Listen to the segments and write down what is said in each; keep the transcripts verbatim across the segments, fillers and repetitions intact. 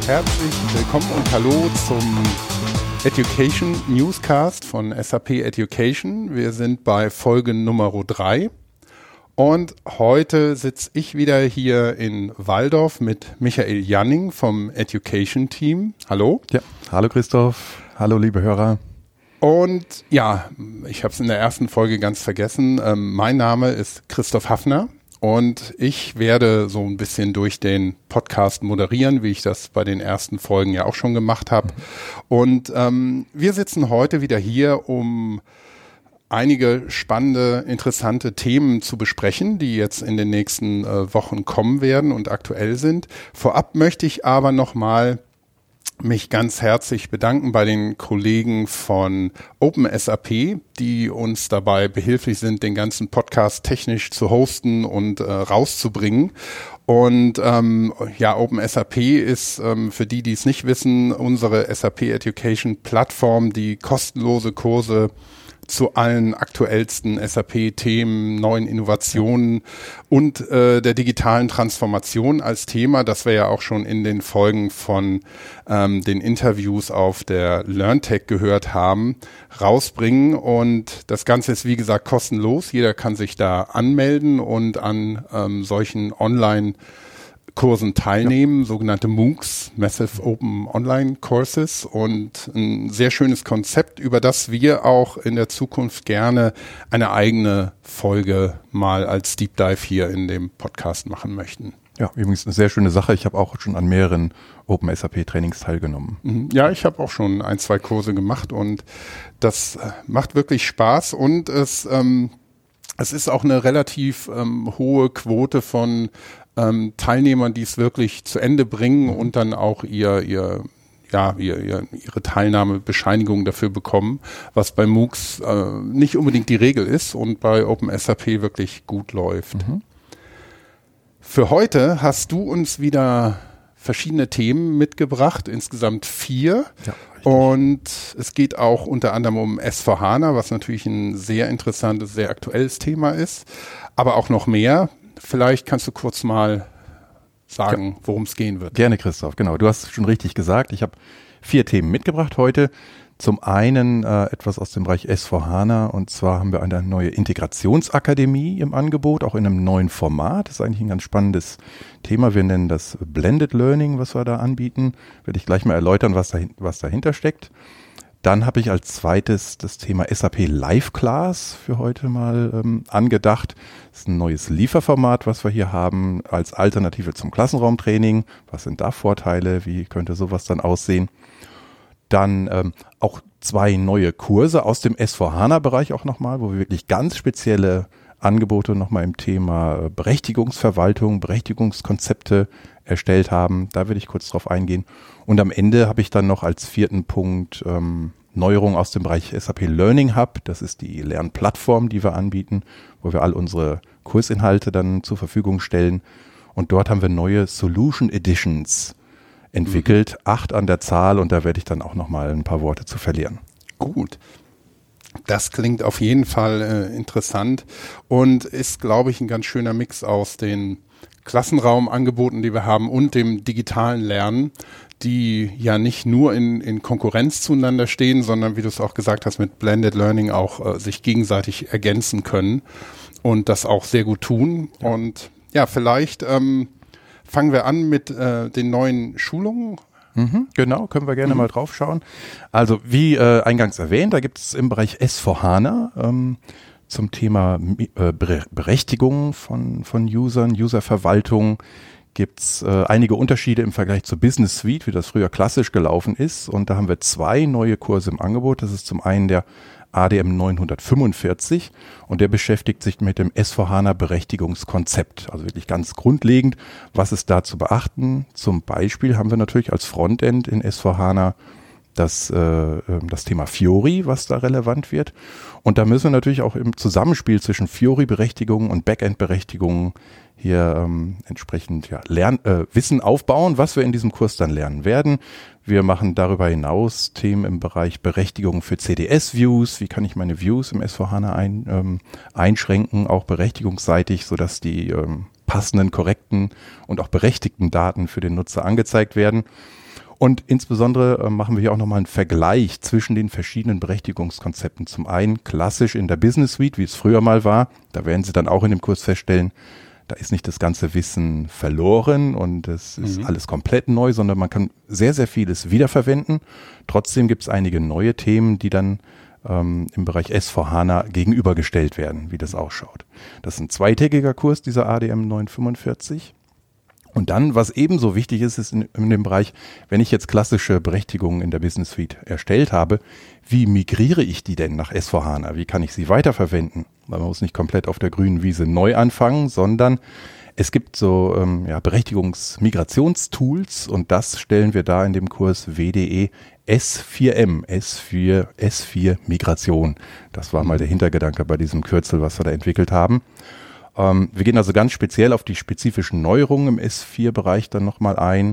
herzlich willkommen und hallo zum Education Newscast von S A P Education. Wir sind bei Folge Nummer drei und heute sitze ich wieder hier in Walldorf mit Michael Janning vom Education Team. Hallo. Ja, hallo Christoph, hallo liebe Hörer. Und ja, ich habe es in der ersten Folge ganz vergessen. Ähm, mein Name ist Christoph Hafner. Und ich werde so ein bisschen durch den Podcast moderieren, wie ich das bei den ersten Folgen ja auch schon gemacht habe. Und ähm, wir sitzen heute wieder hier, um einige spannende, interessante Themen zu besprechen, die jetzt in den nächsten äh, Wochen kommen werden und aktuell sind. Vorab möchte ich aber nochmal mich ganz herzlich bedanken bei den Kollegen von OpenSAP, die uns dabei behilflich sind, den ganzen Podcast technisch zu hosten und äh, rauszubringen. Und ähm, ja, OpenSAP ist ähm, für die, die es nicht wissen, unsere S A P Education Plattform, die kostenlose Kurse zu allen aktuellsten S A P-Themen, neuen Innovationen und äh, der digitalen Transformation als Thema, das wir ja auch schon in den Folgen von ähm, den Interviews auf der LearnTech gehört haben, rausbringen. Und das Ganze ist, wie gesagt, kostenlos. Jeder kann sich da anmelden und an ähm, solchen Online- Kursen teilnehmen, ja. Sogenannte MOOCs, Massive Open Online Courses, und ein sehr schönes Konzept, über das wir auch in der Zukunft gerne eine eigene Folge mal als Deep Dive hier in dem Podcast machen möchten. Ja, übrigens eine sehr schöne Sache. Ich habe auch schon an mehreren OpenSAP-Trainings teilgenommen. Ja, ich habe auch schon ein, zwei Kurse gemacht und das macht wirklich Spaß und es, ähm, es ist auch eine relativ ähm, hohe Quote von Ähm, Teilnehmern, die es wirklich zu Ende bringen und dann auch ihr, ihr, ja, ihr, ihr, ihre Teilnahmebescheinigung dafür bekommen, was bei MOOCs äh, nicht unbedingt die Regel ist und bei OpenSAP wirklich gut läuft. Mhm. Für heute hast du uns wieder verschiedene Themen mitgebracht, insgesamt vier. Ja, und es geht auch unter anderem um S vier HANA, was natürlich ein sehr interessantes, sehr aktuelles Thema ist, aber auch noch mehr. Vielleicht kannst du kurz mal sagen, worum es gehen wird. Gerne, Christoph. Genau, du hast es schon richtig gesagt. Ich habe vier Themen mitgebracht heute. Zum einen äh, etwas aus dem Bereich S vier HANA, und zwar haben wir eine neue Integrationsakademie im Angebot, auch in einem neuen Format. Das ist eigentlich ein ganz spannendes Thema. Wir nennen das Blended Learning, was wir da anbieten. Werde ich gleich mal erläutern, was, dahin, was dahinter steckt. Dann habe ich als zweites das Thema S A P Live Class für heute mal ähm, angedacht. Das ist ein neues Lieferformat, was wir hier haben, als Alternative zum Klassenraumtraining. Was sind da Vorteile? Wie könnte sowas dann aussehen? Dann ähm, auch zwei neue Kurse aus dem S vier HANA-Bereich auch nochmal, wo wir wirklich ganz spezielle Angebote nochmal im Thema Berechtigungsverwaltung, Berechtigungskonzepte erstellt haben. Da will ich kurz drauf eingehen. Und am Ende habe ich dann noch als vierten Punkt ähm, Neuerungen aus dem Bereich S A P Learning Hub. Das ist die Lernplattform, die wir anbieten, wo wir all unsere Kursinhalte dann zur Verfügung stellen. Und dort haben wir neue Solution Editions entwickelt, mhm. acht an der Zahl, und da werde ich dann auch nochmal ein paar Worte zu verlieren. Gut. Das klingt auf jeden Fall äh, interessant und ist, glaube ich, ein ganz schöner Mix aus den Klassenraumangeboten, die wir haben, und dem digitalen Lernen, die ja nicht nur in, in Konkurrenz zueinander stehen, sondern, wie du es auch gesagt hast, mit Blended Learning auch äh, sich gegenseitig ergänzen können und das auch sehr gut tun. Ja. Und ja, vielleicht ähm, fangen wir an mit äh, den neuen Schulungen. Mhm, genau, können wir gerne mhm. mal drauf schauen. Also wie äh, eingangs erwähnt, da gibt es im Bereich S vier HANA ähm, zum Thema äh, Berechtigung von, von Usern, Userverwaltung, gibt es äh, einige Unterschiede im Vergleich zur Business Suite, wie das früher klassisch gelaufen ist. Und da haben wir zwei neue Kurse im Angebot. Das ist zum einen der A D M neunhundertfünfundvierzig, und der beschäftigt sich mit dem S vier HANA Berechtigungskonzept. Also wirklich ganz grundlegend, was ist da zu beachten. Zum Beispiel haben wir natürlich als Frontend in S vier HANA das, äh, das Thema Fiori, was da relevant wird. Und da müssen wir natürlich auch im Zusammenspiel zwischen Fiori-Berechtigungen und Backend-Berechtigungen hier ähm, entsprechend ja, Lern, äh, Wissen aufbauen, was wir in diesem Kurs dann lernen werden. Wir machen darüber hinaus Themen im Bereich Berechtigung für C D S-Views. Wie kann ich meine Views im S vier HANA ein, ähm, einschränken, auch berechtigungsseitig, sodass die ähm, passenden, korrekten und auch berechtigten Daten für den Nutzer angezeigt werden. Und insbesondere äh, machen wir hier auch nochmal einen Vergleich zwischen den verschiedenen Berechtigungskonzepten. Zum einen klassisch in der Business Suite, wie es früher mal war. Da werden Sie dann auch in dem Kurs feststellen, da ist nicht das ganze Wissen verloren und es ist mhm. alles komplett neu, sondern man kann sehr, sehr vieles wiederverwenden. Trotzdem gibt es einige neue Themen, die dann ähm, im Bereich S vier HANA gegenübergestellt werden, wie das ausschaut. Das ist ein zweitägiger Kurs, dieser A D M neunhundertfünfundvierzig. Und dann, was ebenso wichtig ist, ist in, in dem Bereich, wenn ich jetzt klassische Berechtigungen in der Business Suite erstellt habe, wie migriere ich die denn nach S vier HANA? Wie kann ich sie weiterverwenden? Weil man muss nicht komplett auf der grünen Wiese neu anfangen, sondern es gibt so ähm, ja, Berechtigungsmigrationstools und das stellen wir da in dem Kurs W D E S vier M, S vier, S vier Migration. Das war mal der Hintergedanke bei diesem Kürzel, was wir da entwickelt haben. Ähm, wir gehen also ganz speziell auf die spezifischen Neuerungen im S vier Bereich dann nochmal ein.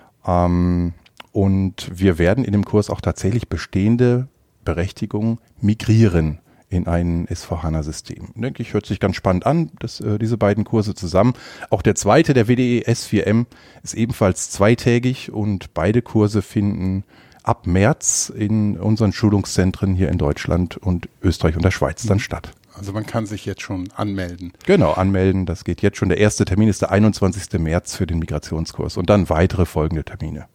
Ähm, und wir werden in dem Kurs auch tatsächlich bestehende Berechtigungen migrieren in ein S vier HANA System. Denke ich, hört sich ganz spannend an, dass, äh, diese beiden Kurse zusammen. Auch der zweite, der W D E S vier M, ist ebenfalls zweitägig und beide Kurse finden ab März in unseren Schulungszentren hier in Deutschland und Österreich und der Schweiz dann statt. Also man kann sich jetzt schon anmelden. Genau, anmelden. Das geht jetzt schon. Der erste Termin ist der einundzwanzigsten März für den Migrationskurs und dann weitere folgende Termine.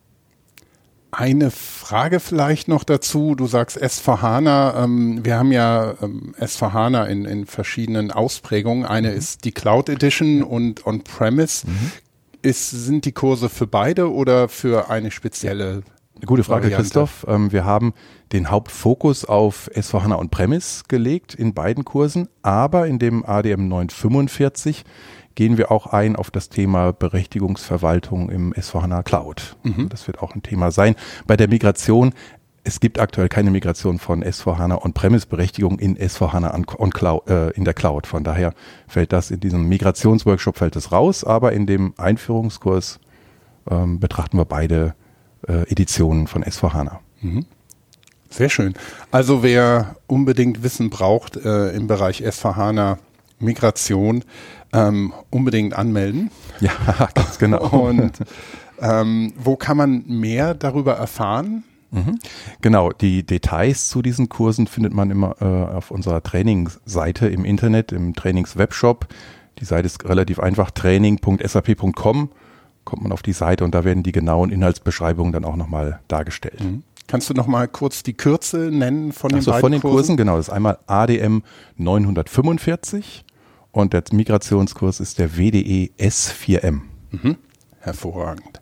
Eine Frage vielleicht noch dazu. Du sagst S vier HANA. Ähm, wir haben ja ähm, S vier HANA in, in verschiedenen Ausprägungen. Eine mhm. ist die Cloud Edition und On-Premise. Mhm. Ist, sind die Kurse für beide oder für eine spezielle Gute Frage, Variante? Christoph. Ähm, wir haben den Hauptfokus auf S vier HANA On-Premise gelegt in beiden Kursen, aber in dem A D M neunhundertfünfundvierzig gehen wir auch ein auf das Thema Berechtigungsverwaltung im S vier HANA Cloud. Mhm. Das wird auch ein Thema sein. Bei der Migration, es gibt aktuell keine Migration von S vier HANA On-Premise-Berechtigung in S vier HANA on, on Cloud, äh, in der Cloud. Von daher fällt das in diesem Migrationsworkshop fällt es raus, aber in dem Einführungskurs ähm, betrachten wir beide äh, Editionen von S vier HANA. Mhm. Sehr schön. Also wer unbedingt Wissen braucht äh, im Bereich S vier HANA Migration, ähm, unbedingt anmelden. Ja, ganz genau. Und ähm, wo kann man mehr darüber erfahren? Mhm. Genau, die Details zu diesen Kursen findet man immer äh, auf unserer Trainingsseite im Internet, im Trainings-Webshop. Die Seite ist relativ einfach, training punkt s a p punkt com. Kommt man auf die Seite und da werden die genauen Inhaltsbeschreibungen dann auch nochmal dargestellt. Mhm. Kannst du noch mal kurz die Kürze nennen von den also beiden von den Kursen? Kursen, genau, das ist einmal A D M neunhundertfünfundvierzig und der Migrationskurs ist der W D E S vier M. Mhm. Hervorragend.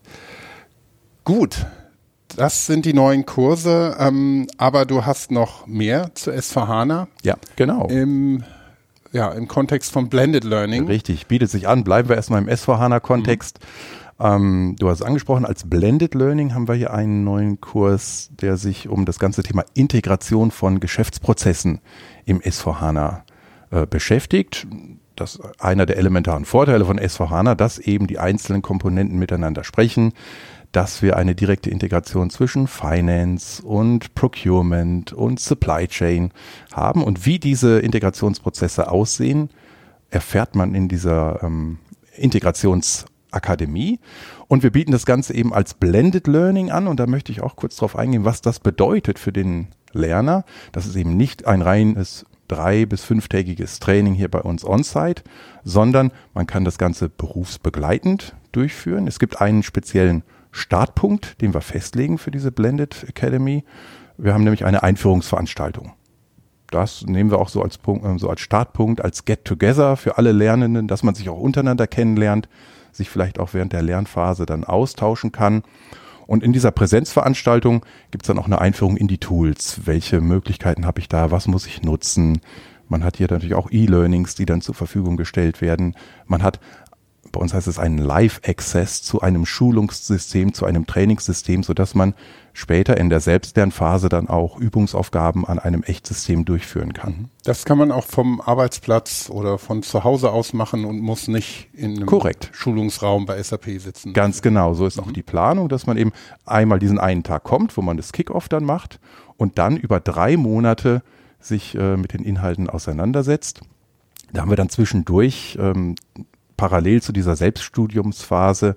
Gut, das sind die neuen Kurse, ähm, aber du hast noch mehr zu S vier HANA. Ja, genau. Im, ja, im Kontext von Blended Learning. Richtig, bietet sich an. Bleiben wir erstmal im S vier HANA-Kontext. Mhm. Ähm, du hast es angesprochen, als Blended Learning haben wir hier einen neuen Kurs, der sich um das ganze Thema Integration von Geschäftsprozessen im S vier HANA äh, beschäftigt. Das ist einer der elementaren Vorteile von S vier HANA, dass eben die einzelnen Komponenten miteinander sprechen, dass wir eine direkte Integration zwischen Finance und Procurement und Supply Chain haben. Und wie diese Integrationsprozesse aussehen, erfährt man in dieser ähm, Integrations- Akademie und wir bieten das Ganze eben als Blended Learning an und da möchte ich auch kurz darauf eingehen, was das bedeutet für den Lerner. Das ist eben nicht ein reines drei- bis fünftägiges Training hier bei uns on-site, sondern man kann das Ganze berufsbegleitend durchführen. Es gibt einen speziellen Startpunkt, den wir festlegen für diese Blended Academy. Wir haben nämlich eine Einführungsveranstaltung. Das nehmen wir auch so als Punkt, so als Startpunkt, als Get-Together für alle Lernenden, dass man sich auch untereinander kennenlernt, sich vielleicht auch während der Lernphase dann austauschen kann. Und in dieser Präsenzveranstaltung gibt es dann auch eine Einführung in die Tools. Welche Möglichkeiten habe ich da? Was muss ich nutzen? Man hat hier natürlich auch E-Learnings, die dann zur Verfügung gestellt werden. Man hat, bei uns heißt es einen Live-Access zu einem Schulungssystem, zu einem Trainingssystem, sodass man später in der Selbstlernphase dann auch Übungsaufgaben an einem Echtsystem durchführen kann. Das kann man auch vom Arbeitsplatz oder von zu Hause aus machen und muss nicht in einem Korrekt. Schulungsraum bei S A P sitzen. Ganz genau, so ist mhm. auch die Planung, dass man eben einmal diesen einen Tag kommt, wo man das Kick-Off dann macht und dann über drei Monate sich äh, mit den Inhalten auseinandersetzt. Da haben wir dann zwischendurch ähm, parallel zu dieser Selbststudiumsphase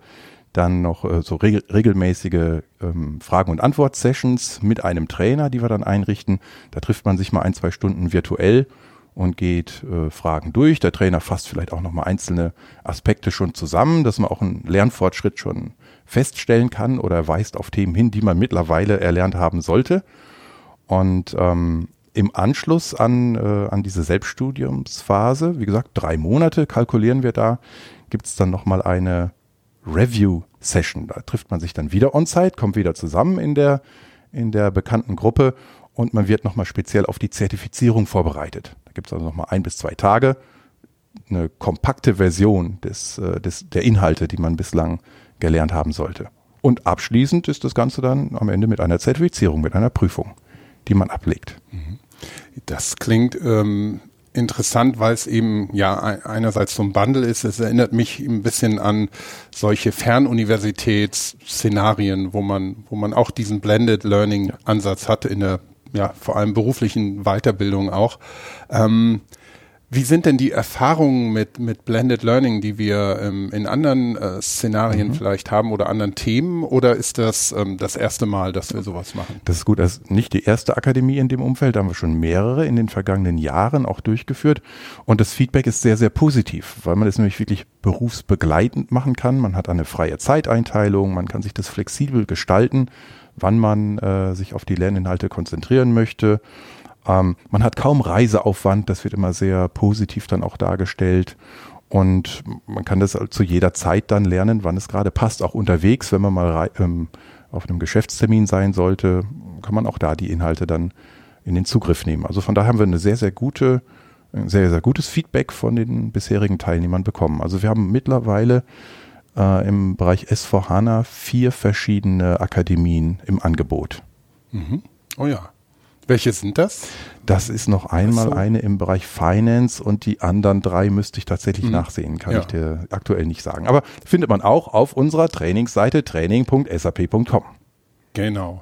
dann noch äh, so regel- regelmäßige ähm, Fragen- und Antwort-Sessions mit einem Trainer, die wir dann einrichten. Da trifft man sich mal ein, zwei Stunden virtuell und geht äh, Fragen durch. Der Trainer fasst vielleicht auch nochmal einzelne Aspekte schon zusammen, dass man auch einen Lernfortschritt schon feststellen kann oder weist auf Themen hin, die man mittlerweile erlernt haben sollte. Und ähm, im Anschluss an, äh, an diese Selbststudiumsphase, wie gesagt, drei Monate kalkulieren wir da, gibt es dann nochmal eine Review-Session. Da trifft man sich dann wieder on-site, kommt wieder zusammen in der, in der bekannten Gruppe und man wird nochmal speziell auf die Zertifizierung vorbereitet. Da gibt es also nochmal ein bis zwei Tage, eine kompakte Version des, äh, des, der Inhalte, die man bislang gelernt haben sollte. Und abschließend ist das Ganze dann am Ende mit einer Zertifizierung, mit einer Prüfung, die man ablegt. Das klingt ähm, interessant, weil es eben ja einerseits so ein Bundle ist. Es erinnert mich ein bisschen an solche Fernuniversitätsszenarien, wo man, wo man auch diesen Blended Learning Ansatz hat in der, ja, vor allem beruflichen Weiterbildung auch. Ähm, Wie sind denn die Erfahrungen mit, mit Blended Learning, die wir ähm, in anderen äh, Szenarien mhm. vielleicht haben oder anderen Themen? Oder ist das ähm, das erste Mal, dass wir sowas machen? Das ist gut. Das ist nicht die erste Akademie in dem Umfeld. Da haben wir schon mehrere in den vergangenen Jahren auch durchgeführt. Und das Feedback ist sehr, sehr positiv, weil man es nämlich wirklich berufsbegleitend machen kann. Man hat eine freie Zeiteinteilung. Man kann sich das flexibel gestalten, wann man äh, sich auf die Lerninhalte konzentrieren möchte. Ähm, man hat kaum Reiseaufwand, das wird immer sehr positiv dann auch dargestellt und man kann das zu jeder Zeit dann lernen, wann es gerade passt, auch unterwegs, wenn man mal rei- ähm, auf einem Geschäftstermin sein sollte, kann man auch da die Inhalte dann in den Zugriff nehmen. Also von daher haben wir eine sehr, sehr gute, sehr, sehr gutes Feedback von den bisherigen Teilnehmern bekommen. Also wir haben mittlerweile äh, im Bereich S vier HANA vier verschiedene Akademien im Angebot. Mhm. Oh ja. Welche sind das? Das ist noch einmal so. eine im Bereich Finance und die anderen drei müsste ich tatsächlich mhm. nachsehen, kann ja. ich dir aktuell nicht sagen. Aber findet man auch auf unserer Trainingsseite training punkt s a p punkt com. Genau.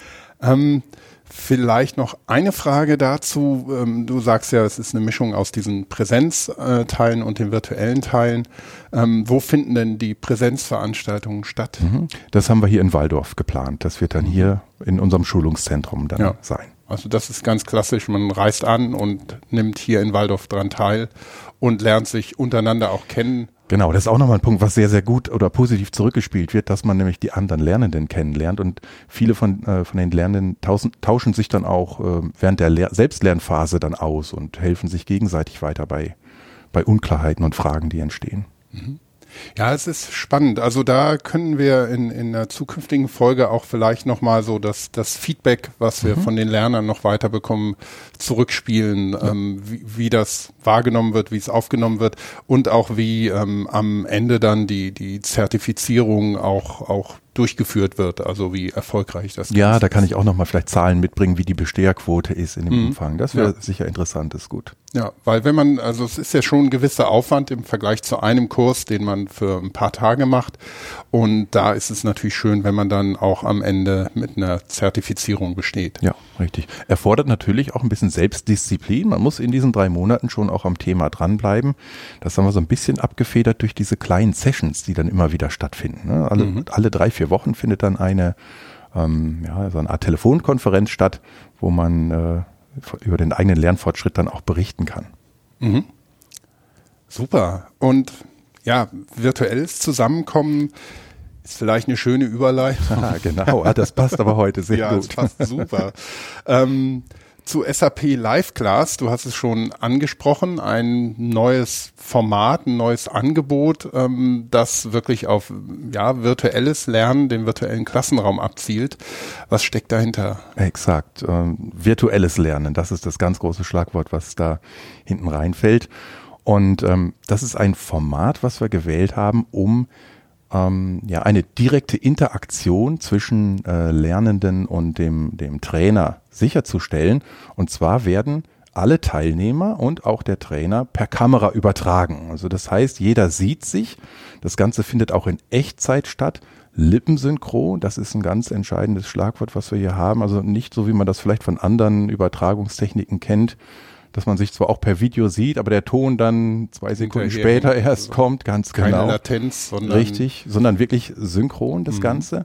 Ähm, vielleicht noch eine Frage dazu. Ähm, du sagst ja, es ist eine Mischung aus diesen Präsenzteilen und den virtuellen Teilen. Ähm, wo finden denn die Präsenzveranstaltungen statt? Mhm. Das haben wir hier in Walldorf geplant. Das wird dann hier in unserem Schulungszentrum dann ja. sein. Also das ist ganz klassisch. Man reist an und nimmt hier in Walldorf dran teil und lernt sich untereinander auch kennen. Genau, das ist auch nochmal ein Punkt, was sehr, sehr gut oder positiv zurückgespielt wird, dass man nämlich die anderen Lernenden kennenlernt und viele von, äh, von den Lernenden tauschen, tauschen sich dann auch äh, während der Lehr- Selbstlernphase dann aus und helfen sich gegenseitig weiter bei, bei Unklarheiten und Fragen, die entstehen. Mhm. Ja, es ist spannend. Also da können wir in, in einer zukünftigen Folge auch vielleicht nochmal so das, das Feedback, was wir mhm. von den Lernern noch weiter bekommen, zurückspielen, ja. ähm, wie, wie das wahrgenommen wird, wie es aufgenommen wird und auch wie ähm, am Ende dann die, die Zertifizierung auch, auch durchgeführt wird, also wie erfolgreich das ist. Ja, da kann ich auch nochmal vielleicht Zahlen mitbringen, wie die Besteherquote ist in dem mhm. Umfang. Das wäre ja. sicher interessant, ist gut. Ja, weil wenn man, also es ist ja schon ein gewisser Aufwand im Vergleich zu einem Kurs, den man für ein paar Tage macht und da ist es natürlich schön, wenn man dann auch am Ende mit einer Zertifizierung besteht. Ja, richtig. Erfordert natürlich auch ein bisschen Selbstdisziplin. Man muss in diesen drei Monaten schon auch am Thema dranbleiben. Das haben wir so ein bisschen abgefedert durch diese kleinen Sessions, die dann immer wieder stattfinden. Ne? Alle, mhm. alle drei, vier Wochen findet dann eine, ähm, ja, so eine Art Telefonkonferenz statt, wo man äh, über den eigenen Lernfortschritt dann auch berichten kann. Mhm. Super. Und ja, virtuelles Zusammenkommen ist vielleicht eine schöne Überleitung. Ah, genau, ah, das passt aber heute sehr ja, gut. Ja, das passt super. ähm, zu S A P Live Class, du hast es schon angesprochen, ein neues Format, ein neues Angebot, ähm, das wirklich auf ja, virtuelles Lernen, den virtuellen Klassenraum abzielt. Was steckt dahinter? Exakt, ähm, virtuelles Lernen, das ist das ganz große Schlagwort, was da hinten reinfällt. Und ähm, das ist ein Format, was wir gewählt haben, um ähm, ja eine direkte Interaktion zwischen äh, Lernenden und dem, dem Trainer sicherzustellen. Und zwar werden alle Teilnehmer und auch der Trainer per Kamera übertragen. Also das heißt, jeder sieht sich. Das Ganze findet auch in Echtzeit statt. Lippensynchron, das ist ein ganz entscheidendes Schlagwort, was wir hier haben. Also nicht so, wie man das vielleicht von anderen Übertragungstechniken kennt, dass man sich zwar auch per Video sieht, aber der Ton dann zwei Sekunden Hinterher später erst also kommt, ganz keine genau. Keine Latenz, sondern Richtig, sondern wirklich synchron das Mhm. Ganze.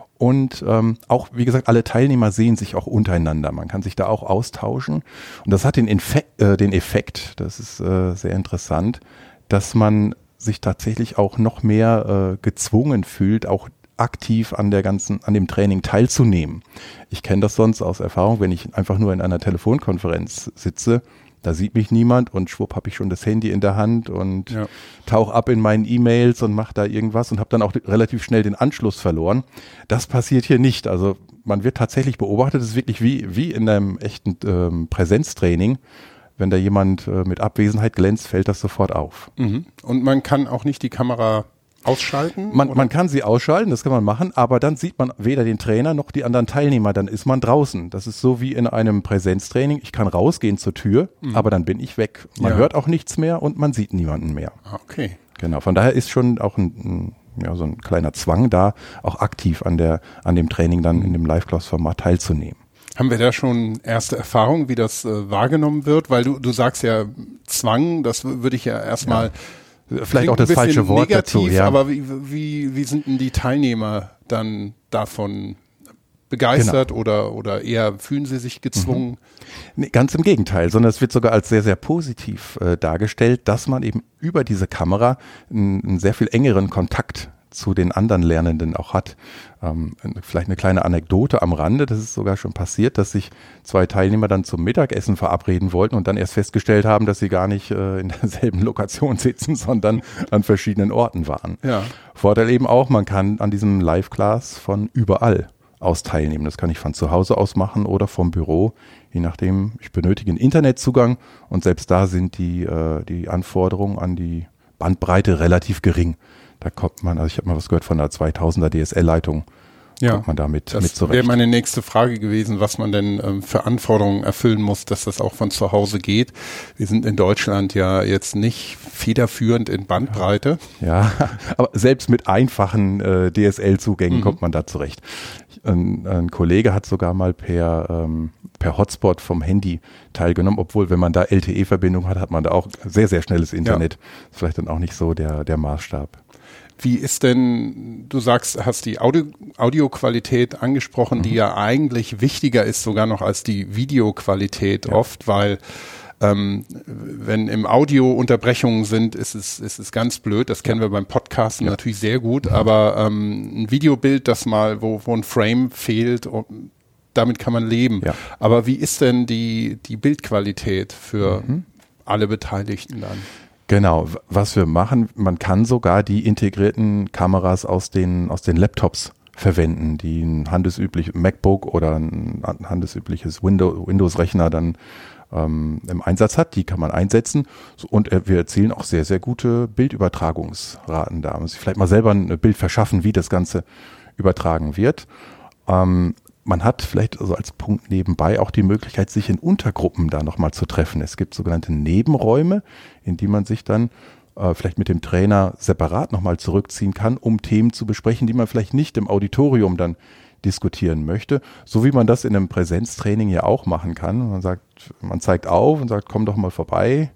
Und ähm, auch, wie gesagt, alle Teilnehmer sehen sich auch untereinander. Man kann sich da auch austauschen. Und das hat den, Infekt, äh, den Effekt, das ist äh, sehr interessant, dass man sich tatsächlich auch noch mehr äh, gezwungen fühlt, auch aktiv an der ganzen, an dem Training teilzunehmen. Ich kenne das sonst aus Erfahrung, wenn ich einfach nur in einer Telefonkonferenz sitze, da sieht mich niemand und schwupp habe ich schon das Handy in der Hand und ja. tauche ab in meinen E-Mails und mache da irgendwas und habe dann auch relativ schnell den Anschluss verloren. Das passiert hier nicht. Also man wird tatsächlich beobachtet, es ist wirklich wie, wie in einem echten ähm, Präsenztraining. Wenn da jemand äh, mit Abwesenheit glänzt, fällt das sofort auf. Mhm. Und man kann auch nicht die Kamera ausschalten? Man, man kann sie ausschalten, das kann man machen, aber dann sieht man weder den Trainer noch die anderen Teilnehmer, dann ist man draußen. Das ist so wie in einem Präsenztraining. Ich kann rausgehen zur Tür, mhm. aber dann bin ich weg. Man ja. hört auch nichts mehr und man sieht niemanden mehr. Okay. Genau, von daher ist schon auch ein, ein, ja, so ein kleiner Zwang da, auch aktiv an, der, an dem Training dann in dem Live-Class-Format teilzunehmen. Haben wir da schon erste Erfahrungen, wie das äh, wahrgenommen wird? Weil du, du sagst ja Zwang, das würde ich ja erstmal... Ja. Vielleicht auch das falsche Wort negativ, dazu, ja. Aber wie, wie, wie sind denn die Teilnehmer dann davon begeistert genau. oder, oder eher fühlen sie sich gezwungen? Mhm. Nee, ganz im Gegenteil, sondern es wird sogar als sehr, sehr positiv äh, dargestellt, dass man eben über diese Kamera einen, einen sehr viel engeren Kontakt zu den anderen Lernenden auch hat. Ähm, vielleicht eine kleine Anekdote am Rande, das ist sogar schon passiert, dass sich zwei Teilnehmer dann zum Mittagessen verabreden wollten und dann erst festgestellt haben, dass sie gar nicht äh, in derselben Lokation sitzen, sondern an verschiedenen Orten waren. Ja. Vorteil eben auch, man kann an diesem Live-Class von überall aus teilnehmen. Das kann ich von zu Hause aus machen oder vom Büro, je nachdem. Ich benötige einen Internetzugang und selbst da sind die, äh, die Anforderungen an die Bandbreite relativ gering. Da kommt man, also ich habe mal was gehört von der zweitausender D S L-Leitung, ja, kommt man damit mit zurecht. Das wäre meine nächste Frage gewesen, was man denn ähm, für Anforderungen erfüllen muss, dass das auch von zu Hause geht. Wir sind in Deutschland ja jetzt nicht federführend in Bandbreite. Ja, aber selbst mit einfachen äh, D S L-Zugängen mhm. kommt man da zurecht. Ein, ein Kollege hat sogar mal per, ähm, per Hotspot vom Handy teilgenommen, obwohl, wenn man da L T E-Verbindung hat, hat man da auch sehr, sehr schnelles Internet. Ja. Ist vielleicht dann auch nicht so der, der Maßstab. Wie ist denn, du sagst, hast die Audio, Audioqualität angesprochen, mhm. die ja eigentlich wichtiger ist sogar noch als die Videoqualität ja. oft, weil ähm, wenn im Audio Unterbrechungen sind, ist es, ist es ganz blöd. Das kennen ja. wir beim Podcasten ja. natürlich sehr gut, mhm. aber ähm, ein Videobild, das mal, wo, wo ein Frame fehlt, damit kann man leben. Ja. Aber wie ist denn die, die Bildqualität für mhm. alle Beteiligten dann? Genau, was wir machen, man kann sogar die integrierten Kameras aus den, aus den Laptops verwenden, die ein handelsübliches MacBook oder ein handelsübliches Windows, Windows-Rechner dann ähm, im Einsatz hat. Die kann man einsetzen und äh, wir erzielen auch sehr, sehr gute Bildübertragungsraten da. Man muss sich vielleicht mal selber ein Bild verschaffen, wie das Ganze übertragen wird. Ähm, Man hat vielleicht also als Punkt nebenbei auch die Möglichkeit, sich in Untergruppen da nochmal zu treffen. Es gibt sogenannte Nebenräume, in die man sich dann äh, vielleicht mit dem Trainer separat nochmal zurückziehen kann, um Themen zu besprechen, die man vielleicht nicht im Auditorium dann diskutieren möchte. So wie man das in einem Präsenztraining ja auch machen kann. Man sagt, man zeigt auf und sagt, komm doch mal vorbei.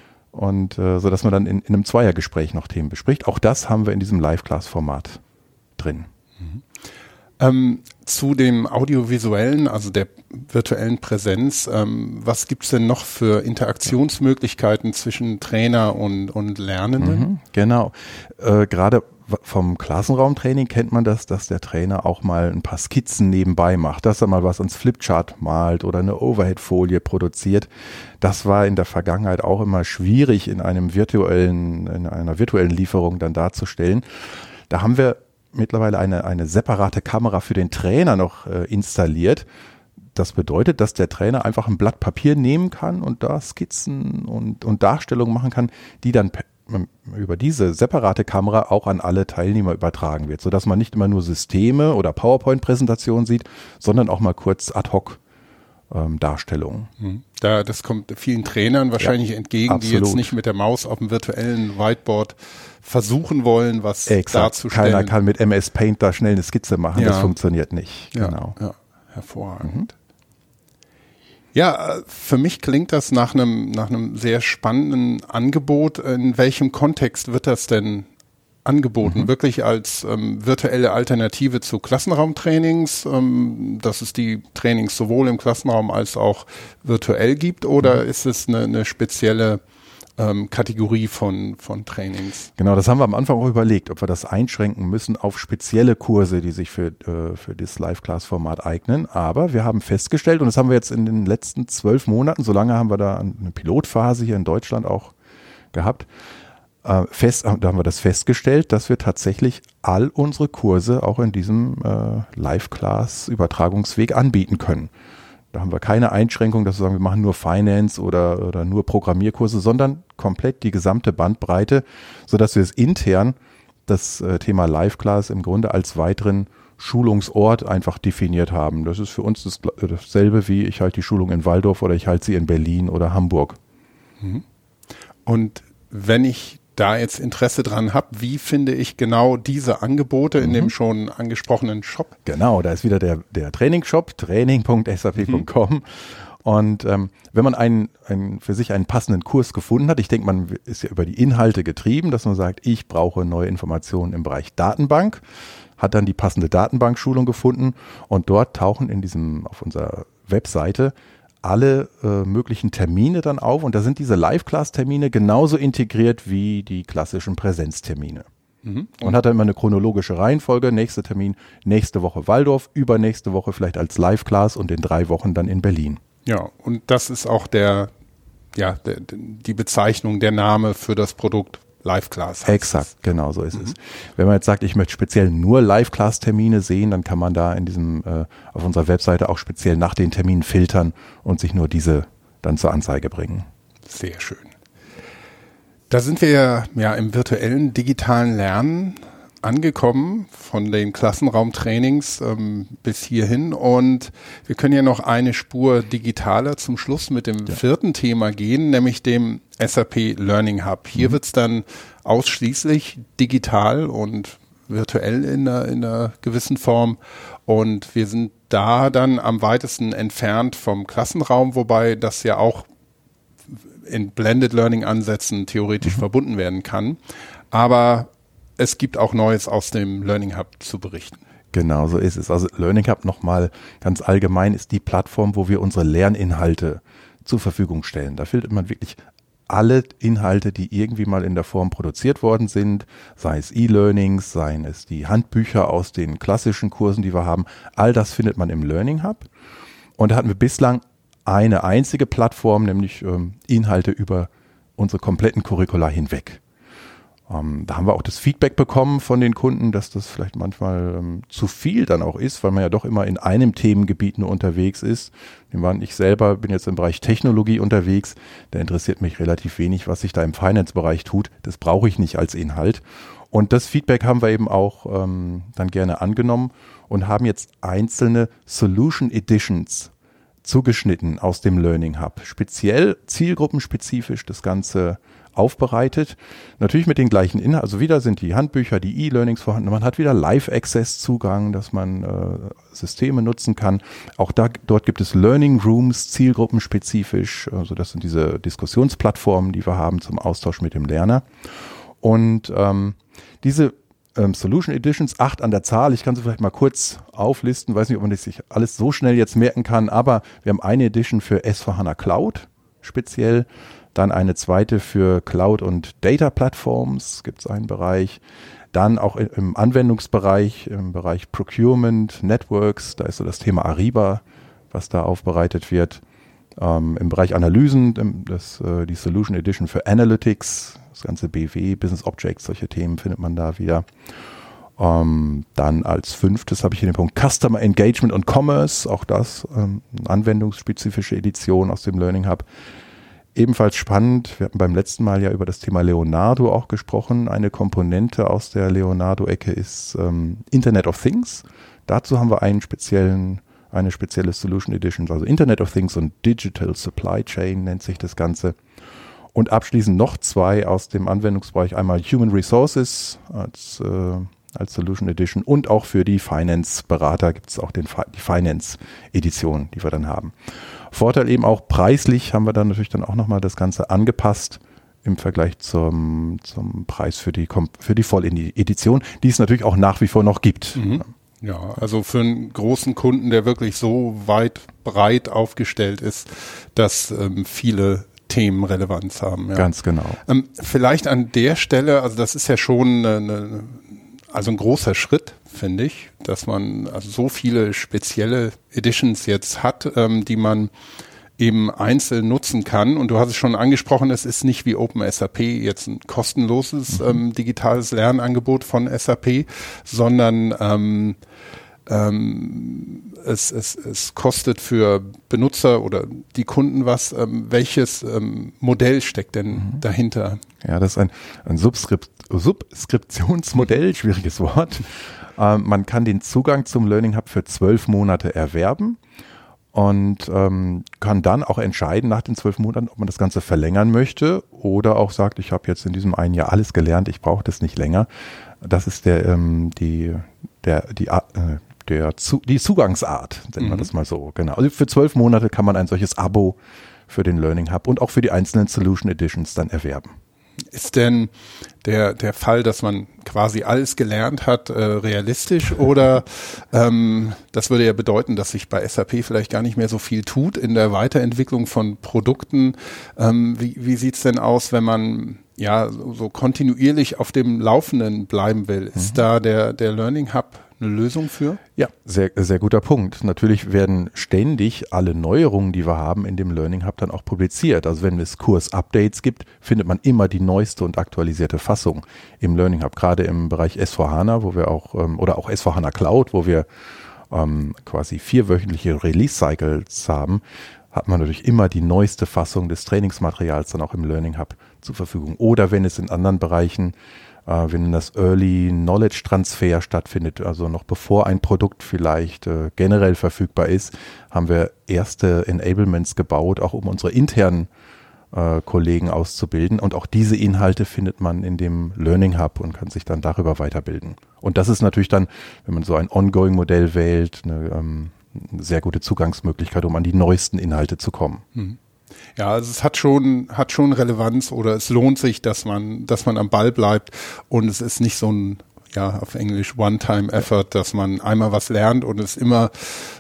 Und äh, so dass man dann in, in einem Zweiergespräch noch Themen bespricht. Auch das haben wir in diesem Live-Class-Format drin. Mhm. Ähm, zu dem Audiovisuellen, also der virtuellen Präsenz, ähm, was gibt's denn noch für Interaktionsmöglichkeiten zwischen Trainer und, und Lernenden? Mhm, genau. Äh, gerade vom Klassenraumtraining kennt man das, dass der Trainer auch mal ein paar Skizzen nebenbei macht, dass er mal was ans Flipchart malt oder eine Overhead-Folie produziert. Das war in der Vergangenheit auch immer schwierig in einem virtuellen, in einer virtuellen Lieferung dann darzustellen. Da haben wir mittlerweile eine, eine separate Kamera für den Trainer noch äh, installiert. Das bedeutet, dass der Trainer einfach ein Blatt Papier nehmen kann und da Skizzen und, und Darstellungen machen kann, die dann pe- über diese separate Kamera auch an alle Teilnehmer übertragen wird, sodass man nicht immer nur Systeme oder PowerPoint-Präsentationen sieht, sondern auch mal kurz ad hoc ähm, Darstellungen. Da, das kommt vielen Trainern wahrscheinlich ja, entgegen, absolut. Die jetzt nicht mit der Maus auf dem virtuellen Whiteboard versuchen wollen, was Exakt. darzustellen. Keiner kann mit M S Paint da schnell eine Skizze machen, ja. das funktioniert nicht. Ja, genau. ja. Hervorragend. Mhm. Ja, für mich klingt das nach einem, nach einem sehr spannenden Angebot. In welchem Kontext wird das denn angeboten? Mhm. Wirklich als ähm, virtuelle Alternative zu Klassenraumtrainings, ähm, dass es die Trainings sowohl im Klassenraum als auch virtuell gibt, oder mhm. ist es eine, eine spezielle ähm, Kategorie von, von Trainings? Genau, das haben wir am Anfang auch überlegt, ob wir das einschränken müssen auf spezielle Kurse, die sich für, äh, für das Live-Class-Format eignen. Aber wir haben festgestellt, und das haben wir jetzt in den letzten zwölf Monaten, so lange haben wir da eine Pilotphase hier in Deutschland auch gehabt, äh, fest, da haben wir das festgestellt, dass wir tatsächlich all unsere Kurse auch in diesem äh, Live-Class-Übertragungsweg anbieten können. Da haben wir keine Einschränkung, dass wir sagen, wir machen nur Finance oder, oder nur Programmierkurse, sondern komplett die gesamte Bandbreite, sodass wir es intern, das äh, Thema Live-Class im Grunde als weiteren Schulungsort einfach definiert haben. Das ist für uns das, dasselbe wie ich halte die Schulung in Waldorf oder ich halte sie in Berlin oder Hamburg. Und wenn ich da jetzt Interesse dran habe, wie finde ich genau diese Angebote in mhm. dem schon angesprochenen Shop? Genau, da ist wieder der, der Trainingsshop, training punkt s a p punkt com. Mhm. Und ähm, wenn man einen, einen, für sich einen passenden Kurs gefunden hat, ich denke, man ist ja über die Inhalte getrieben, dass man sagt, ich brauche neue Informationen im Bereich Datenbank, hat dann die passende Datenbankschulung gefunden und dort tauchen in diesem, auf unserer Webseite alle äh, möglichen Termine dann auf und da sind diese Live-Class-Termine genauso integriert wie die klassischen Präsenztermine. Mhm. Man hat dann immer eine chronologische Reihenfolge, nächster Termin, nächste Woche Waldorf, übernächste Woche vielleicht als Live-Class und in drei Wochen dann in Berlin. Ja, und das ist auch der, ja, der, die Bezeichnung, der Name für das Produkt Live-Class. Exakt, genau so ist mhm. es. Wenn man jetzt sagt, ich möchte speziell nur Live-Class-Termine sehen, dann kann man da in diesem äh, auf unserer Webseite auch speziell nach den Terminen filtern und sich nur diese dann zur Anzeige bringen. Sehr schön. Da sind wir ja, ja im virtuellen digitalen Lernen angekommen, von den Klassenraumtrainings ähm, bis hierhin, und wir können ja noch eine Spur digitaler zum Schluss mit dem ja. vierten Thema gehen, nämlich dem S A P Learning Hub. Hier mhm. wird's dann ausschließlich digital und virtuell in einer, in einer gewissen Form, und wir sind da dann am weitesten entfernt vom Klassenraum, wobei das ja auch in Blended Learning Ansätzen theoretisch mhm. verbunden werden kann, aber es gibt auch Neues aus dem Learning Hub zu berichten. Genau, so ist es. Also Learning Hub nochmal ganz allgemein ist die Plattform, wo wir unsere Lerninhalte zur Verfügung stellen. Da findet man wirklich alle Inhalte, die irgendwie mal in der Form produziert worden sind, sei es E-Learnings, seien es die Handbücher aus den klassischen Kursen, die wir haben. All das findet man im Learning Hub. Und da hatten wir bislang eine einzige Plattform, nämlich ähm, Inhalte über unsere kompletten Curricula hinweg. Ähm, da haben wir auch das Feedback bekommen von den Kunden, dass das vielleicht manchmal ähm, zu viel dann auch ist, weil man ja doch immer in einem Themengebiet nur unterwegs ist. Ich selber bin jetzt im Bereich Technologie unterwegs, da interessiert mich relativ wenig, was sich da im Finance-Bereich tut. Das brauche ich nicht als Inhalt. Und das Feedback haben wir eben auch ähm, dann gerne angenommen und haben jetzt einzelne Solution Editions zugeschnitten aus dem Learning Hub. Speziell zielgruppenspezifisch das Ganze aufbereitet. Natürlich mit den gleichen Inhalten, also wieder sind die Handbücher, die E-Learnings vorhanden. Man hat wieder Live-Access-Zugang, dass man äh, Systeme nutzen kann. Auch da, dort gibt es Learning Rooms, zielgruppenspezifisch. Also das sind diese Diskussionsplattformen, die wir haben zum Austausch mit dem Lerner. Und ähm, diese ähm, Solution Editions, acht an der Zahl, ich kann sie vielleicht mal kurz auflisten, weiß nicht, ob man das sich alles so schnell jetzt merken kann, aber wir haben eine Edition für S vier HANA Cloud speziell, dann eine zweite für Cloud- und Data-Plattforms, gibt es einen Bereich. Dann auch im Anwendungsbereich, im Bereich Procurement, Networks, da ist so das Thema Ariba, was da aufbereitet wird. Ähm, Im Bereich Analysen, das, äh, die Solution Edition für Analytics, das ganze B W, Business Objects, solche Themen findet man da wieder. Ähm, dann als fünftes habe ich hier den Punkt Customer Engagement und Commerce, auch das ähm, eine anwendungsspezifische Edition aus dem Learning Hub. Ebenfalls spannend, wir hatten beim letzten Mal ja über das Thema Leonardo auch gesprochen. Eine Komponente aus der Leonardo-Ecke ist ähm, Internet of Things. Dazu haben wir einen speziellen, eine spezielle Solution Edition, also Internet of Things und Digital Supply Chain nennt sich das Ganze. Und abschließend noch zwei aus dem Anwendungsbereich. Einmal Human Resources als äh, als Solution Edition und auch für die Finance-Berater gibt es auch den, die Finance-Edition, die wir dann haben. Vorteil eben auch preislich haben wir dann natürlich dann auch nochmal das Ganze angepasst im Vergleich zum, zum Preis für die, für die Voll-Edition, die es natürlich auch nach wie vor noch gibt. Mhm. Ja, also für einen großen Kunden, der wirklich so weit breit aufgestellt ist, dass ähm, viele Themen Relevanz haben. Ja. Ganz genau. Ähm, vielleicht an der Stelle, also das ist ja schon eine, also ein großer Schritt, finde ich, dass man also so viele spezielle Editions jetzt hat, ähm, die man eben einzeln nutzen kann. Und du hast es schon angesprochen, es ist nicht wie OpenSAP jetzt ein kostenloses mhm. ähm, digitales Lernangebot von S A P, sondern ähm, ähm, es, es, es kostet für Benutzer oder die Kunden was. Ähm, welches ähm, Modell steckt denn mhm. dahinter? Ja, das ist ein, ein Subskript, Subskriptionsmodell, schwieriges Wort. Ähm, man kann den Zugang zum Learning Hub für zwölf Monate erwerben. Und ähm, kann dann auch entscheiden nach den zwölf Monaten, ob man das Ganze verlängern möchte oder auch sagt, ich habe jetzt in diesem einen Jahr alles gelernt, ich brauche das nicht länger. Das ist der ähm, die der die äh, der zu, die Zugangsart, nennen wir mhm. das mal so. Genau. Also für zwölf Monate kann man ein solches Abo für den Learning Hub und auch für die einzelnen Solution Editions dann erwerben. Ist denn der der Fall, dass man quasi alles gelernt hat, äh, realistisch oder ähm, das würde ja bedeuten, dass sich bei S A P vielleicht gar nicht mehr so viel tut in der Weiterentwicklung von Produkten. Ähm, wie wie sieht's denn aus, wenn man ja so, so kontinuierlich auf dem Laufenden bleiben will? Ist mhm. da der der Learning Hub eine Lösung für? Ja, sehr, sehr guter Punkt. Natürlich werden ständig alle Neuerungen, die wir haben, in dem Learning Hub dann auch publiziert. Also wenn es Kurs-Updates gibt, findet man immer die neueste und aktualisierte Fassung im Learning Hub. Gerade im Bereich S vier HANA, wo wir auch, oder auch S vier HANA Cloud, wo wir ähm, quasi vierwöchentliche Release-Cycles haben, hat man natürlich immer die neueste Fassung des Trainingsmaterials dann auch im Learning Hub zur Verfügung. Oder wenn es in anderen Bereichen wenn das Early Knowledge Transfer stattfindet, also noch bevor ein Produkt vielleicht äh, generell verfügbar ist, haben wir erste Enablements gebaut, auch um unsere internen äh, Kollegen auszubilden. Und auch diese Inhalte findet man in dem Learning Hub und kann sich dann darüber weiterbilden. Und das ist natürlich dann, wenn man so ein Ongoing-Modell wählt, eine, ähm, eine sehr gute Zugangsmöglichkeit, um an die neuesten Inhalte zu kommen. Mhm. Ja, also es hat schon, hat schon Relevanz oder es lohnt sich, dass man, dass man am Ball bleibt und es ist nicht so ein, ja, auf Englisch One-Time-Effort, dass man einmal was lernt und es immer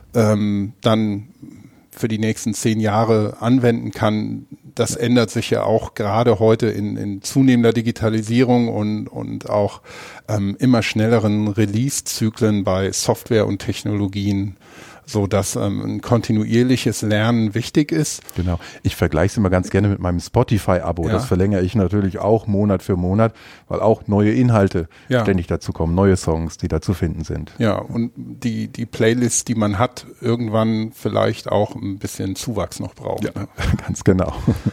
ähm, dann für die nächsten zehn Jahre anwenden kann. Das ändert sich ja auch gerade heute in, in zunehmender Digitalisierung und, und auch ähm, immer schnelleren Release-Zyklen bei Software und Technologien, so dass ähm, ein kontinuierliches Lernen wichtig ist. Genau. Ich vergleiche es immer ganz gerne mit meinem Spotify-Abo. Ja. Das verlängere ich natürlich auch Monat für Monat, weil auch neue Inhalte ja. ständig dazu kommen, neue Songs, die da zu finden sind. Ja, und die die Playlist, die man hat, irgendwann vielleicht auch ein bisschen Zuwachs noch braucht. Ja, ne? Ganz genau.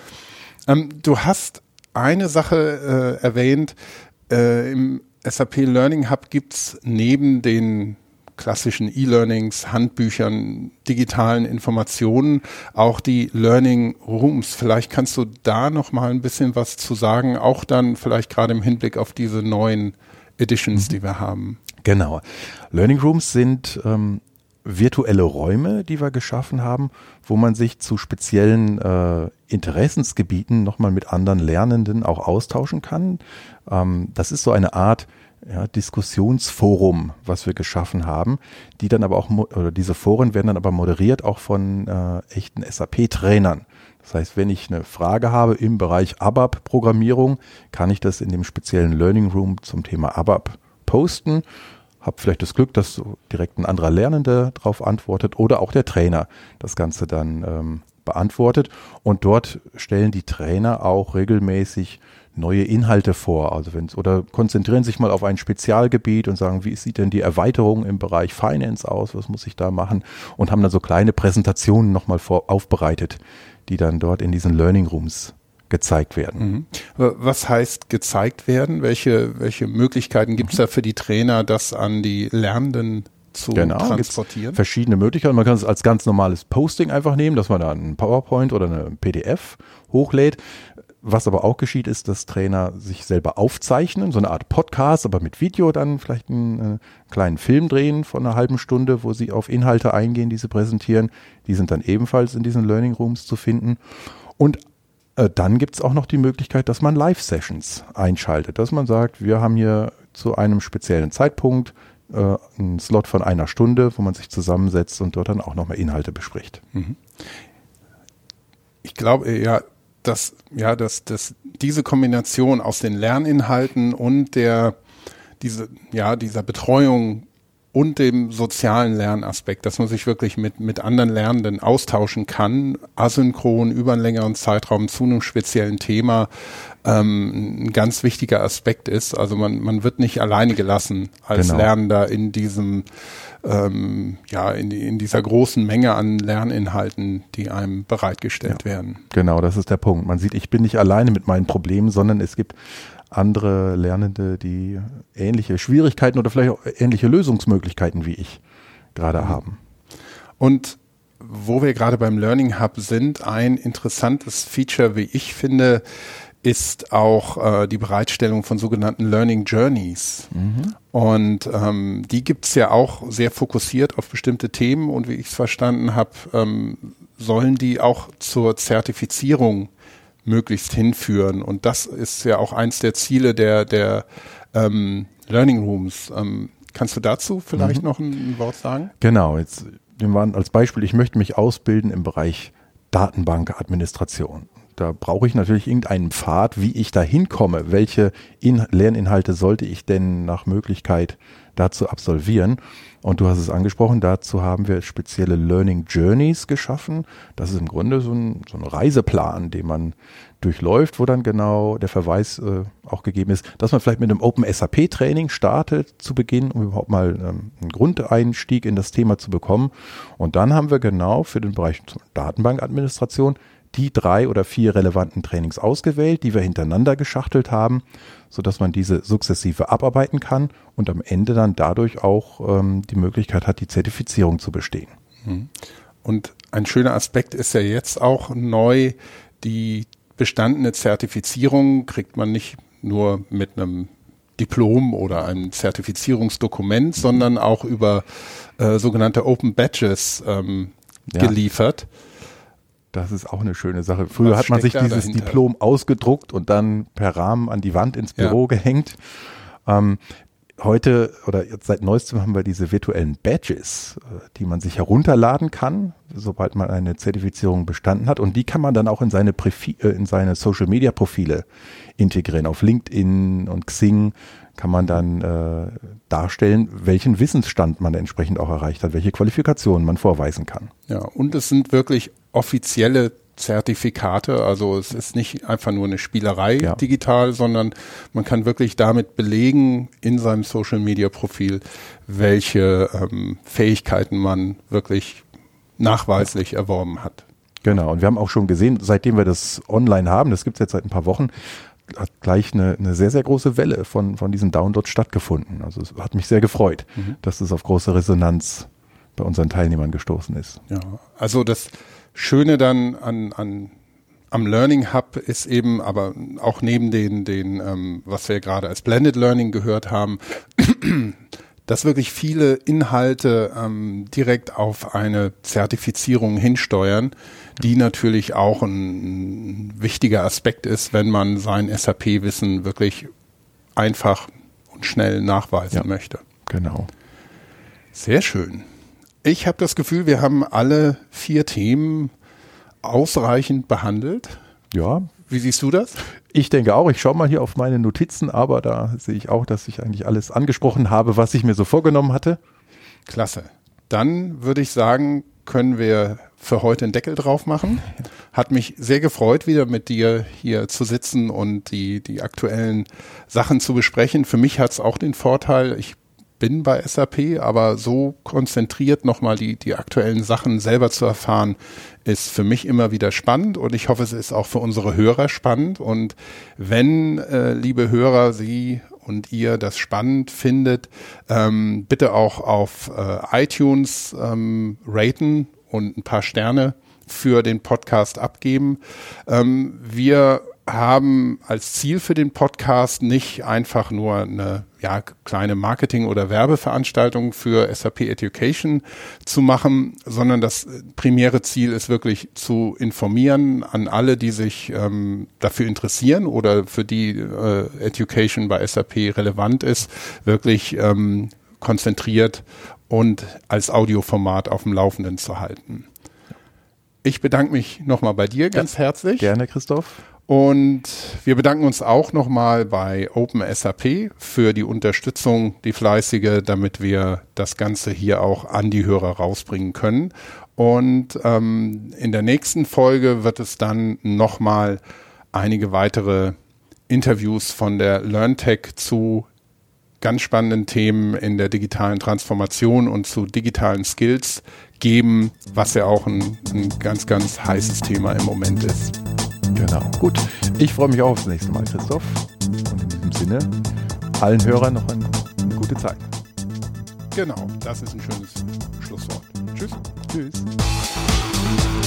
Ähm, du hast eine Sache äh, erwähnt, äh, im S A P Learning Hub gibt's neben den klassischen E-Learnings, Handbüchern, digitalen Informationen, auch die Learning Rooms. Vielleicht kannst du da noch mal ein bisschen was zu sagen, auch dann vielleicht gerade im Hinblick auf diese neuen Editions, die wir haben. Genau. Learning Rooms sind ähm, virtuelle Räume, die wir geschaffen haben, wo man sich zu speziellen äh, Interessensgebieten nochmal mit anderen Lernenden auch austauschen kann. Ähm, das ist so eine Art Ja, Diskussionsforum, was wir geschaffen haben, die dann aber auch, oder diese Foren werden dann aber moderiert auch von äh, echten S A P-Trainern. Das heißt, wenn ich eine Frage habe im Bereich A B A P-Programmierung, kann ich das in dem speziellen Learning Room zum Thema A B A P posten, habe vielleicht das Glück, dass so direkt ein anderer Lernender darauf antwortet oder auch der Trainer das Ganze dann ähm, beantwortet. Und dort stellen die Trainer auch regelmäßig neue Inhalte vor, also wenn's, oder konzentrieren sich mal auf ein Spezialgebiet und sagen, wie sieht denn die Erweiterung im Bereich Finance aus, was muss ich da machen, und haben dann so kleine Präsentationen nochmal vor, aufbereitet, die dann dort in diesen Learning Rooms gezeigt werden. Mhm. Was heißt gezeigt werden? Welche, welche Möglichkeiten gibt es da für die Trainer, das an die Lernenden zu genau, transportieren? Verschiedene Möglichkeiten. Man kann es als ganz normales Posting einfach nehmen, dass man da einen PowerPoint oder eine P D F hochlädt. was aber auch geschieht, ist, dass Trainer sich selber aufzeichnen, so eine Art Podcast, aber mit Video dann vielleicht einen äh, kleinen Film drehen von einer halben Stunde, wo sie auf Inhalte eingehen, die sie präsentieren. Die sind dann ebenfalls in diesen Learning Rooms zu finden. Und äh, dann gibt es auch noch die Möglichkeit, dass man Live-Sessions einschaltet, dass man sagt, wir haben hier zu einem speziellen Zeitpunkt äh, einen Slot von einer Stunde, wo man sich zusammensetzt und dort dann auch nochmal Inhalte bespricht. Mhm. Ich glaube, ja, dass, ja, dass, dass diese Kombination aus den Lerninhalten und der, diese, ja, dieser Betreuung und dem sozialen Lernaspekt, dass man sich wirklich mit, mit anderen Lernenden austauschen kann, asynchron über einen längeren Zeitraum zu einem speziellen Thema, ähm, ein ganz wichtiger Aspekt ist. Also man, man wird nicht alleine gelassen als Genau. Lernender in diesem, ähm, ja, in, die, in dieser großen Menge an Lerninhalten, die einem bereitgestellt Ja. werden. Genau, das ist der Punkt. Man sieht, ich bin nicht alleine mit meinen Problemen, sondern es gibt andere Lernende, die ähnliche Schwierigkeiten oder vielleicht auch ähnliche Lösungsmöglichkeiten wie ich gerade mhm. haben. Und wo wir gerade beim Learning Hub sind, ein interessantes Feature, wie ich finde, ist auch äh, die Bereitstellung von sogenannten Learning Journeys. Mhm. Und ähm, die gibt's ja auch sehr fokussiert auf bestimmte Themen und wie ich es verstanden habe, ähm, sollen die auch zur Zertifizierung möglichst hinführen. Und das ist ja auch eins der Ziele der, der ähm, Learning Rooms. Ähm, kannst du dazu vielleicht mhm. noch ein, ein Wort sagen? Genau, jetzt wir waren als Beispiel, ich möchte mich ausbilden im Bereich Datenbankadministration. Da brauche ich natürlich irgendeinen Pfad, wie ich da hinkomme. Welche In- Lerninhalte sollte ich denn nach Möglichkeit dazu absolvieren? Und du hast es angesprochen, dazu haben wir spezielle Learning Journeys geschaffen. Das ist im Grunde so ein, so ein Reiseplan, den man durchläuft, wo dann genau der Verweis äh, auch gegeben ist, dass man vielleicht mit einem Open S A P Training startet zu Beginn, um überhaupt mal ähm, einen Grundeinstieg in das Thema zu bekommen. Und dann haben wir genau für den Bereich Datenbankadministration die drei oder vier relevanten Trainings ausgewählt, die wir hintereinander geschachtelt haben, sodass man diese sukzessive abarbeiten kann und am Ende dann dadurch auch ähm, die Möglichkeit hat, die Zertifizierung zu bestehen. Und ein schöner Aspekt ist ja jetzt auch neu, die bestandene Zertifizierung kriegt man nicht nur mit einem Diplom oder einem Zertifizierungsdokument, mhm. sondern auch über äh, sogenannte Open Badges ähm, ja. geliefert. Das ist auch eine schöne Sache. Früher Was hat man sich dieses dahinter? Diplom ausgedruckt und dann per Rahmen an die Wand ins Büro ja. gehängt. Ähm, heute oder jetzt seit neuestem haben wir diese virtuellen Badges, die man sich herunterladen kann, sobald man eine Zertifizierung bestanden hat. Und die kann man dann auch in seine, Profi- äh, in seine Social-Media-Profile integrieren. Auf LinkedIn und Xing kann man dann äh, darstellen, welchen Wissensstand man entsprechend auch erreicht hat, welche Qualifikationen man vorweisen kann. Ja, und es sind wirklich offizielle Zertifikate, also es ist nicht einfach nur eine Spielerei ja. digital, sondern man kann wirklich damit belegen in seinem Social-Media-Profil, welche ähm, Fähigkeiten man wirklich nachweislich ja. erworben hat. Genau, und wir haben auch schon gesehen, seitdem wir das online haben, das gibt es jetzt seit ein paar Wochen, hat gleich eine, eine sehr, sehr große Welle von, von diesen Downloads stattgefunden. Also es hat mich sehr gefreut, mhm. dass es auf große Resonanz bei unseren Teilnehmern gestoßen ist. Ja, also das Schöne dann an, an am Learning Hub ist eben, aber auch neben den, den ähm, was wir gerade als Blended Learning gehört haben, dass wirklich viele Inhalte ähm, direkt auf eine Zertifizierung hinsteuern, die natürlich auch ein, ein wichtiger Aspekt ist, wenn man sein S A P-Wissen wirklich einfach und schnell nachweisen ja, möchte. Genau. Sehr schön. Ich habe das Gefühl, wir haben alle vier Themen ausreichend behandelt. Ja. Wie siehst du das? Ich denke auch, ich schaue mal hier auf meine Notizen, aber da sehe ich auch, dass ich eigentlich alles angesprochen habe, was ich mir so vorgenommen hatte. Klasse. Dann würde ich sagen, können wir für heute einen Deckel drauf machen. Hat mich sehr gefreut, wieder mit dir hier zu sitzen und die, die aktuellen Sachen zu besprechen. Für mich hat es auch den Vorteil, ich bin bei S A P, aber so konzentriert nochmal die, die aktuellen Sachen selber zu erfahren, ist für mich immer wieder spannend und ich hoffe, es ist auch für unsere Hörer spannend. Und wenn, äh, liebe Hörer, Sie und ihr das spannend findet, ähm, bitte auch auf äh, iTunes ähm, raten und ein paar Sterne für den Podcast abgeben. Ähm, wir haben als Ziel für den Podcast nicht einfach nur eine ja, kleine Marketing- oder Werbeveranstaltung für S A P Education zu machen, sondern das primäre Ziel ist wirklich zu informieren an alle, die sich ähm, dafür interessieren oder für die äh, Education bei S A P relevant ist, wirklich ähm, konzentriert und als Audioformat auf dem Laufenden zu halten. Ich bedanke mich nochmal bei dir ganz ja, herzlich. Gerne, Christoph. Und wir bedanken uns auch nochmal bei OpenSAP für die Unterstützung, die fleißige, damit wir das Ganze hier auch an die Hörer rausbringen können. Und ähm, in der nächsten Folge wird es dann nochmal einige weitere Interviews von der LearnTech zu ganz spannenden Themen in der digitalen Transformation und zu digitalen Skills geben, was ja auch ein, ein ganz, ganz heißes Thema im Moment ist. Genau. Gut. Ich freue mich auch aufs nächste Mal, Christoph. Und in diesem Sinne, allen Hörern noch eine, eine gute Zeit. Genau, das ist ein schönes Schlusswort. Tschüss. Tschüss.